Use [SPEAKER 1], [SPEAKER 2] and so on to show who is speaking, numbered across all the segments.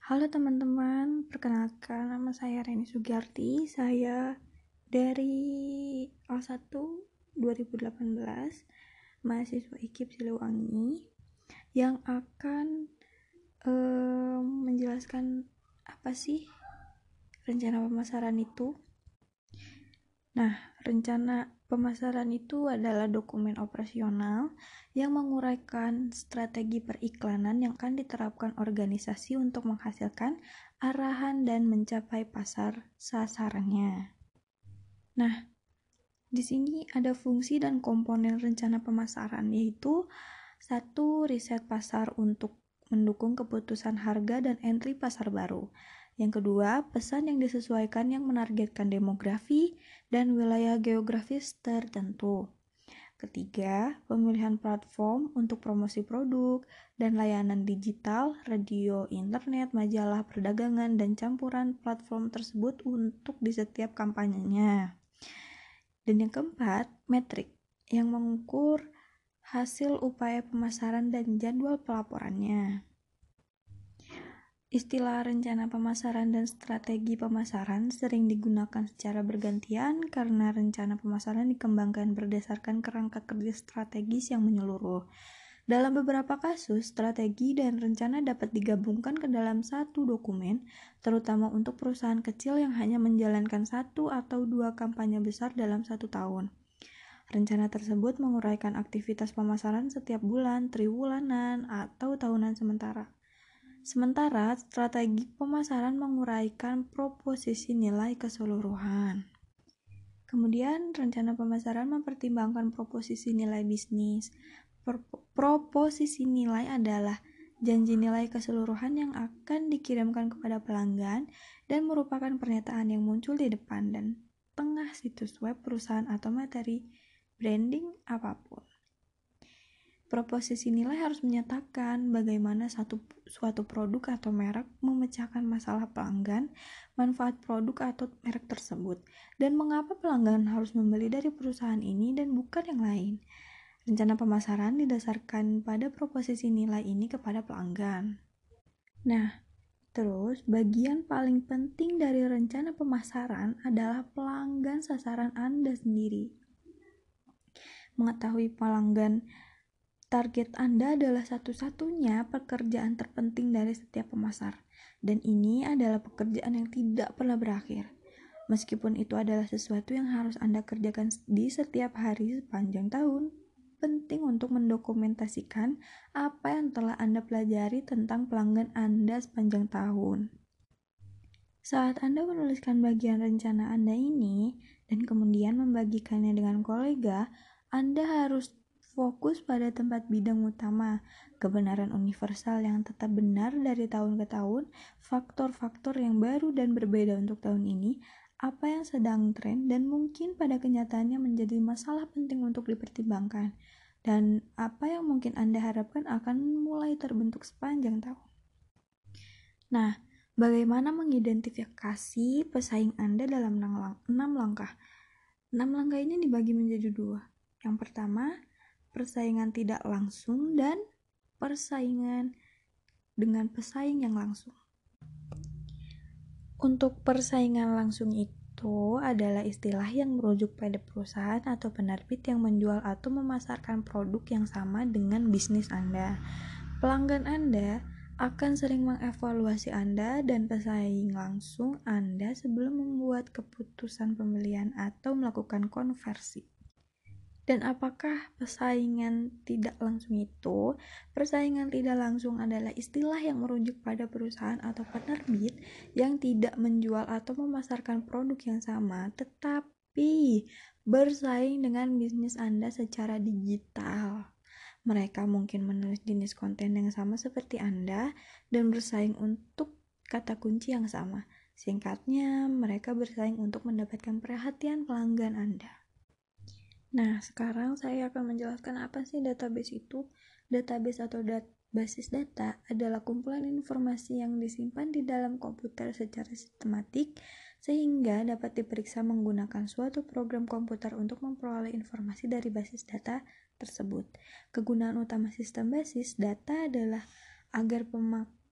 [SPEAKER 1] Halo teman-teman, perkenalkan nama saya Reni Sugiarti. Saya dari Al1 2018, mahasiswa IKIP Siliwangi yang akan menjelaskan apa sih rencana pemasaran itu. Nah, rencana pemasaran itu adalah dokumen operasional yang menguraikan strategi periklanan yang akan diterapkan organisasi untuk menghasilkan arahan dan mencapai pasar sasarannya. Nah, di sini ada fungsi dan komponen rencana pemasaran, yaitu 1. Riset pasar untuk mendukung keputusan harga dan entry pasar baru. Yang kedua, pesan yang disesuaikan yang menargetkan demografi dan wilayah geografis tertentu. Ketiga, pemilihan platform untuk promosi produk dan layanan digital, radio, internet, majalah, perdagangan, dan campuran platform tersebut untuk di setiap kampanyenya. Dan yang keempat, metrik yang mengukur hasil upaya pemasaran dan jadwal pelaporannya. Istilah rencana pemasaran dan strategi pemasaran sering digunakan secara bergantian karena rencana pemasaran dikembangkan berdasarkan kerangka kerja strategis yang menyeluruh. Dalam beberapa kasus, strategi dan rencana dapat digabungkan ke dalam satu dokumen, terutama untuk perusahaan kecil yang hanya menjalankan 1 atau 2 kampanye besar dalam 1 tahun. Rencana tersebut menguraikan aktivitas pemasaran setiap bulan, triwulanan, atau tahunan Sementara strategi pemasaran menguraikan proposisi nilai keseluruhan. Kemudian, rencana pemasaran mempertimbangkan proposisi nilai bisnis. Proposisi nilai adalah janji nilai keseluruhan yang akan dikirimkan kepada pelanggan dan merupakan pernyataan yang muncul di depan dan tengah situs web perusahaan atau materi branding apapun. Proposisi nilai harus menyatakan bagaimana suatu produk atau merek memecahkan masalah pelanggan, manfaat produk atau merek tersebut, dan mengapa pelanggan harus membeli dari perusahaan ini dan bukan yang lain. Rencana pemasaran didasarkan pada proposisi nilai ini kepada pelanggan. Nah, terus bagian paling penting dari rencana pemasaran adalah pelanggan sasaran Anda sendiri. Mengetahui pelanggan target Anda adalah satu-satunya pekerjaan terpenting dari setiap pemasar, dan ini adalah pekerjaan yang tidak pernah berakhir. Meskipun itu adalah sesuatu yang harus Anda kerjakan di setiap hari sepanjang tahun, penting untuk mendokumentasikan apa yang telah Anda pelajari tentang pelanggan Anda sepanjang tahun. Saat Anda menuliskan bagian rencana Anda ini, dan kemudian membagikannya dengan kolega, Anda harus fokus pada tempat bidang utama, kebenaran universal yang tetap benar dari tahun ke tahun, faktor-faktor yang baru dan berbeda untuk tahun ini, apa yang sedang tren dan mungkin pada kenyataannya menjadi masalah penting untuk dipertimbangkan, dan apa yang mungkin Anda harapkan akan mulai terbentuk sepanjang tahun. Nah, bagaimana mengidentifikasi pesaing Anda dalam 6 langkah? 6 langkah ini dibagi menjadi 2. Yang pertama, persaingan tidak langsung dan persaingan dengan pesaing yang langsung. Untuk persaingan langsung itu adalah istilah yang merujuk pada perusahaan atau penerbit yang menjual atau memasarkan produk yang sama dengan bisnis Anda. Pelanggan Anda akan sering mengevaluasi Anda dan pesaing langsung Anda sebelum membuat keputusan pembelian atau melakukan konversi. Dan apakah persaingan tidak langsung itu? Persaingan tidak langsung adalah istilah yang merujuk pada perusahaan atau penerbit yang tidak menjual atau memasarkan produk yang sama, tetapi bersaing dengan bisnis Anda secara digital. Mereka mungkin menulis jenis konten yang sama seperti Anda dan bersaing untuk kata kunci yang sama. Singkatnya, mereka bersaing untuk mendapatkan perhatian pelanggan Anda. Nah, sekarang saya akan menjelaskan apa sih database itu. Database atau basis data adalah kumpulan informasi yang disimpan di dalam komputer secara sistematik sehingga dapat diperiksa menggunakan suatu program komputer untuk memperoleh informasi dari basis data tersebut. Kegunaan utama sistem basis data adalah agar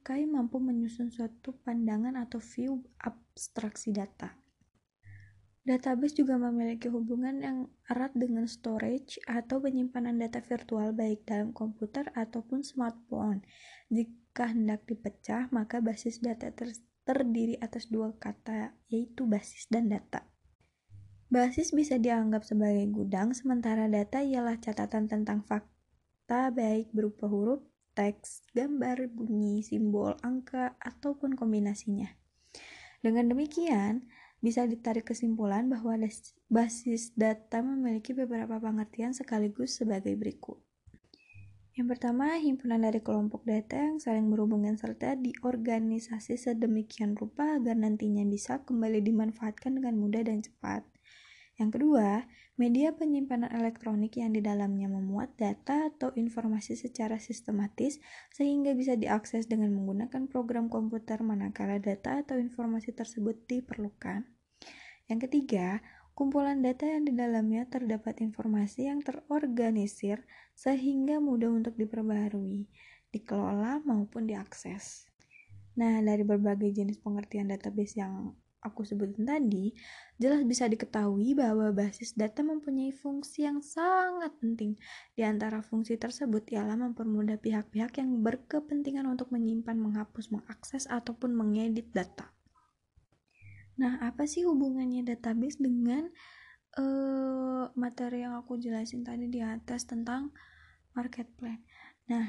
[SPEAKER 1] memakai mampu menyusun suatu pandangan atau view abstraksi data. Database juga memiliki hubungan yang erat dengan storage atau penyimpanan data virtual baik dalam komputer ataupun smartphone. Jika hendak dipecah, maka basis data terdiri atas dua kata, yaitu basis dan data. Basis bisa dianggap sebagai gudang, sementara data ialah catatan tentang fakta baik berupa huruf, teks, gambar, bunyi, simbol, angka, ataupun kombinasinya. Dengan demikian, bisa ditarik kesimpulan bahwa basis data memiliki beberapa pengertian sekaligus sebagai berikut. Yang pertama, himpunan dari kelompok data yang saling berhubungan serta diorganisasi sedemikian rupa agar nantinya bisa kembali dimanfaatkan dengan mudah dan cepat. Yang kedua, media penyimpanan elektronik yang di dalamnya memuat data atau informasi secara sistematis sehingga bisa diakses dengan menggunakan program komputer manakala data atau informasi tersebut diperlukan. Yang ketiga, kumpulan data yang di dalamnya terdapat informasi yang terorganisir sehingga mudah untuk diperbaharui, dikelola maupun diakses. Nah, dari berbagai jenis pengertian database yang aku sebutin tadi, jelas bisa diketahui bahwa basis data mempunyai fungsi yang sangat penting. Di antara fungsi tersebut ialah mempermudah pihak-pihak yang berkepentingan untuk menyimpan, menghapus, mengakses, ataupun mengedit data. Nah, apa sih hubungannya database dengan materi yang aku jelasin tadi di atas tentang market plan? Nah,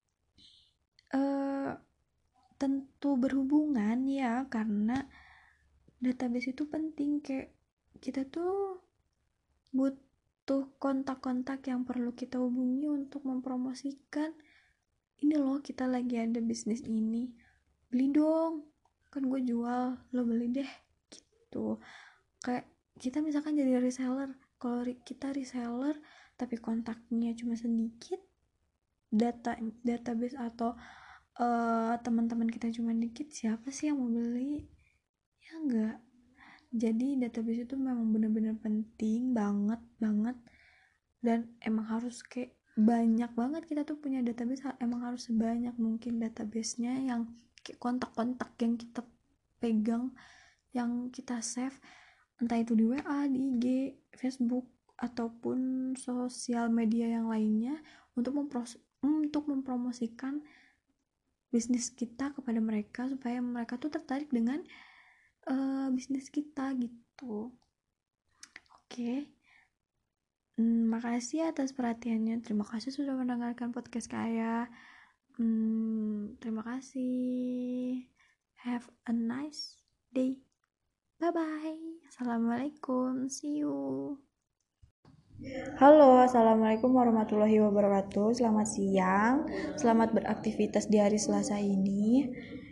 [SPEAKER 1] tentu berhubungan ya, karena database itu penting. Kayak kita tuh butuh kontak-kontak yang perlu kita hubungi untuk mempromosikan, ini loh kita lagi ada bisnis ini, beli dong, kan gue jual, lo beli deh gitu. Kayak kita misalkan jadi reseller, kalau kita reseller tapi kontaknya cuma sedikit, database atau teman-teman kita cuma dikit, siapa sih yang mau beli? Ya enggak. Jadi database itu memang benar-benar penting banget dan emang harus kayak banyak banget. Kita tuh punya database emang harus sebanyak mungkin database-nya, yang kayak kontak-kontak yang kita pegang, yang kita save, entah itu di WA, di IG, Facebook, ataupun sosial media yang lainnya, untuk mempromosikan bisnis kita kepada mereka supaya mereka tuh tertarik dengan bisnis kita gitu. Oke. Makasih atas perhatiannya. Terima kasih sudah mendengarkan podcast saya. Terima kasih. Have a nice day. Bye-bye. Assalamualaikum. See you. Halo, assalamualaikum warahmatullahi wabarakatuh. Selamat siang. Selamat beraktivitas di hari Selasa ini.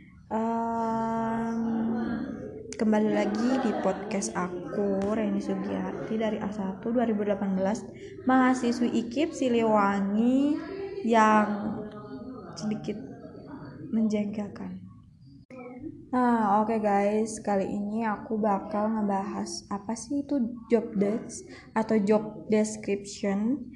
[SPEAKER 1] Kembali lagi di podcast aku, Reni Sugiyarti dari A1 2018, mahasiswi IKIP Siliwangi yang sedikit menjengkelkan. Nah, oke guys, kali ini aku bakal ngebahas apa sih itu job desk atau job description.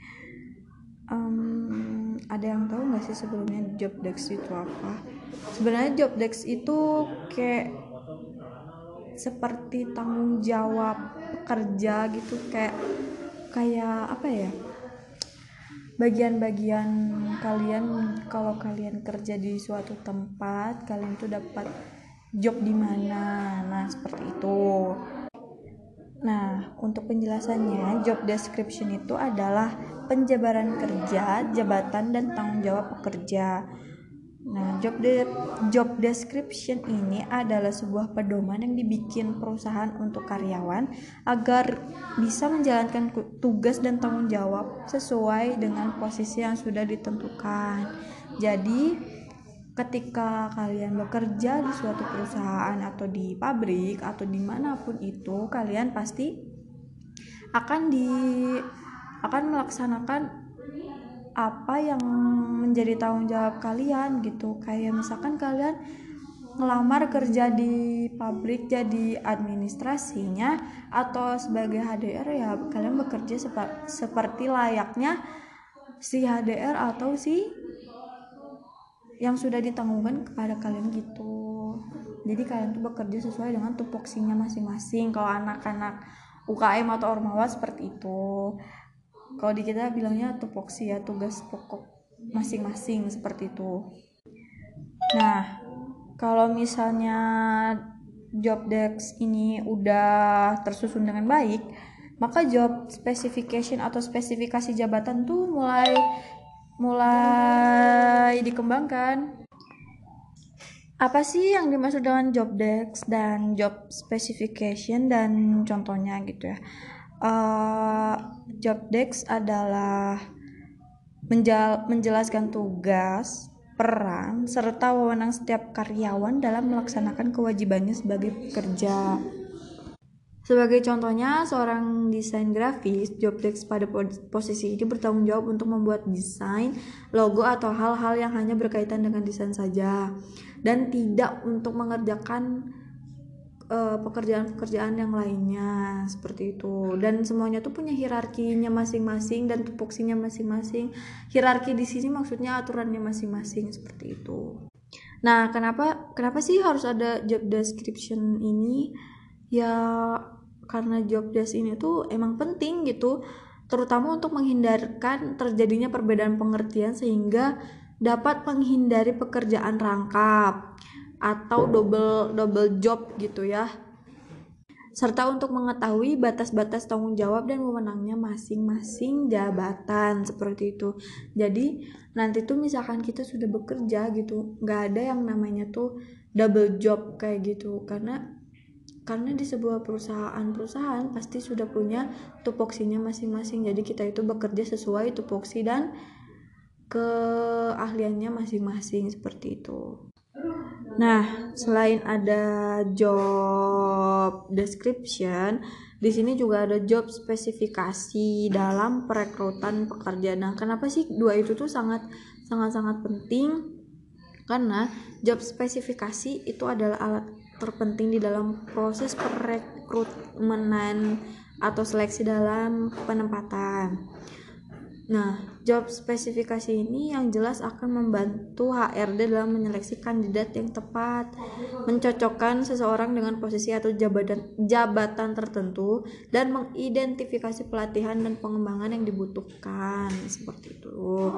[SPEAKER 1] Ada yang tahu nggak sih sebelumnya job desk itu apa? Sebenarnya job desk itu kayak seperti tanggung jawab pekerja gitu, kayak apa ya, bagian-bagian kalian kalau kalian kerja di suatu tempat, kalian tuh dapat job di mana. Nah, seperti itu. Nah, untuk penjelasannya, job description itu adalah penjabaran kerja, jabatan, dan tanggung jawab pekerja. Nah, job description ini adalah sebuah pedoman yang dibikin perusahaan untuk karyawan agar bisa menjalankan tugas dan tanggung jawab sesuai dengan posisi yang sudah ditentukan. Jadi, ketika kalian bekerja di suatu perusahaan atau di pabrik atau dimanapun itu, kalian pasti akan melaksanakan apa yang menjadi tanggung jawab kalian gitu. Kayak misalkan kalian ngelamar kerja di pabrik jadi administrasinya atau sebagai HDR, ya kalian bekerja seperti layaknya si HDR atau si yang sudah ditanggungkan kepada kalian gitu. Jadi kalian tuh bekerja sesuai dengan tupoksinya masing-masing. Kalau anak-anak UKM atau Ormawa seperti itu. Kalau di kita bilangnya tupoksi ya, tugas pokok masing-masing seperti itu. Nah, kalau misalnya job desk ini udah tersusun dengan baik, maka job specification atau spesifikasi jabatan tuh mulai dikembangkan. Apa sih yang dimaksud dengan job desk dan job specification dan contohnya gitu ya? Job desk adalah menjelaskan tugas, peran, serta wewenang setiap karyawan dalam melaksanakan kewajibannya sebagai pekerja. Sebagai contohnya, seorang desain grafis, job desk pada posisi ini bertanggung jawab untuk membuat desain, logo, atau hal-hal yang hanya berkaitan dengan desain saja, dan tidak untuk mengerjakan pekerjaan-pekerjaan yang lainnya seperti itu. Dan semuanya tuh punya hierarkinya masing-masing dan tupoksinya masing-masing. Hierarki di sini maksudnya aturannya masing-masing seperti itu. Nah, kenapa sih harus ada job description ini? Ya karena job desk ini tuh emang penting gitu, terutama untuk menghindarkan terjadinya perbedaan pengertian sehingga dapat menghindari pekerjaan rangkap atau double job gitu ya, serta untuk mengetahui batas-batas tanggung jawab dan wewenangnya masing-masing jabatan seperti itu. Jadi nanti tuh misalkan kita sudah bekerja gitu, nggak ada yang namanya tuh double job kayak gitu, karena di sebuah perusahaan pasti sudah punya tupoksinya masing-masing. Jadi kita itu bekerja sesuai tupoksi dan keahliannya masing-masing seperti itu. Nah, selain ada job description, di sini juga ada job spesifikasi dalam perekrutan pekerja. Nah, kenapa sih dua itu tuh sangat penting? Karena job spesifikasi itu adalah alat terpenting di dalam proses perekrutmenan atau seleksi dalam penempatan. Nah, job spesifikasi ini yang jelas akan membantu HRD dalam menyeleksi kandidat yang tepat, mencocokkan seseorang dengan posisi atau jabatan tertentu, dan mengidentifikasi pelatihan dan pengembangan yang dibutuhkan, seperti itu.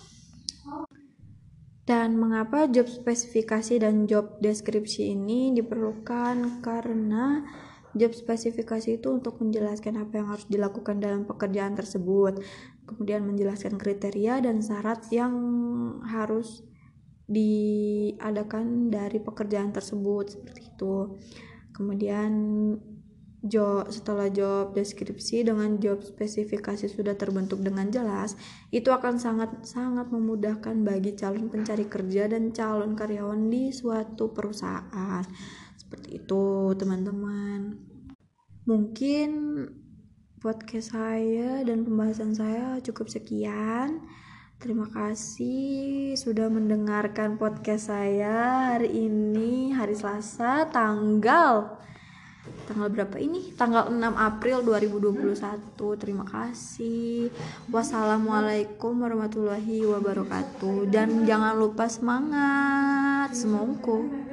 [SPEAKER 1] Dan mengapa job spesifikasi dan job deskripsi ini diperlukan? Karena job spesifikasi itu untuk menjelaskan apa yang harus dilakukan dalam pekerjaan tersebut, kemudian menjelaskan kriteria dan syarat yang harus diadakan dari pekerjaan tersebut seperti itu. Kemudian setelah job deskripsi dengan job spesifikasi sudah terbentuk dengan jelas, itu akan sangat memudahkan bagi calon pencari kerja dan calon karyawan di suatu perusahaan. Seperti itu, teman-teman. Mungkin podcast saya dan pembahasan saya cukup sekian. Terima kasih sudah mendengarkan podcast saya hari ini, hari Selasa, tanggal berapa ini? Tanggal 6 April 2021. Terima kasih. Wassalamualaikum warahmatullahi wabarakatuh. Dan jangan lupa semangat. Semongko.